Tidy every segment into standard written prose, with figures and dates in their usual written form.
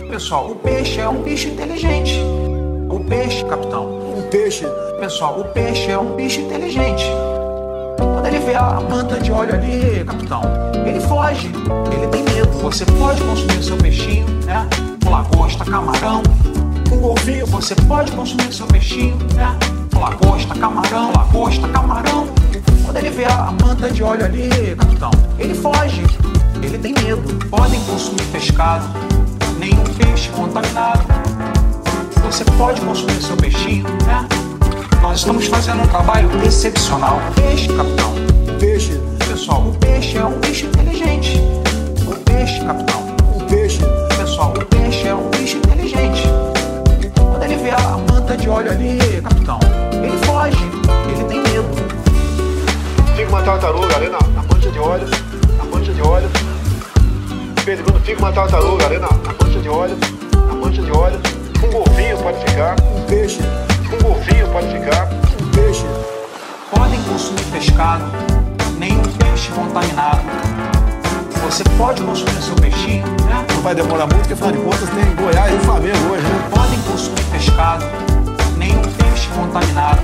Pessoal, o peixe é um bicho inteligente. O peixe, capitão. O peixe. Pessoal, o peixe é um bicho inteligente. Quando ele vê a manta de óleo ali, capitão, ele foge, ele tem medo. Você pode consumir seu peixinho, né? Com lagosta, camarão, com golfinho. Você pode consumir seu peixinho, né? Com lagosta, camarão, lagosta, camarão. Quando ele vê a manta de óleo ali, capitão, ele foge, ele tem medo. Podem consumir pescado, nenhum peixe contaminado. Você pode consumir seu peixinho, né? Nós estamos fazendo um trabalho excepcional. Peixe, capitão. Peixe. Pessoal, o peixe é um bicho inteligente. O peixe, capitão. O peixe. Pessoal, o peixe é um bicho inteligente. Quando ele vê a manta de óleo ali, capitão, ele foge, ele tem medo. Fica uma tartaruga ali na mancha de óleo. Na mancha de óleo. Quando fica uma tartaruga ali na mancha de óleo. Na mancha de óleo. Um golfinho pode ficar. Um peixe. Um golfinho pode ficar. Um peixe. Podem consumir pescado, nenhum peixe contaminado. Você pode consumir seu peixinho, né? Não vai demorar muito, porque afinal de contas tem Goiás e Flamengo hoje, né? Podem consumir pescado, nenhum peixe contaminado.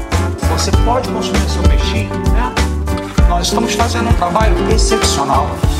Você pode consumir seu peixinho, né? Nós estamos fazendo um trabalho excepcional.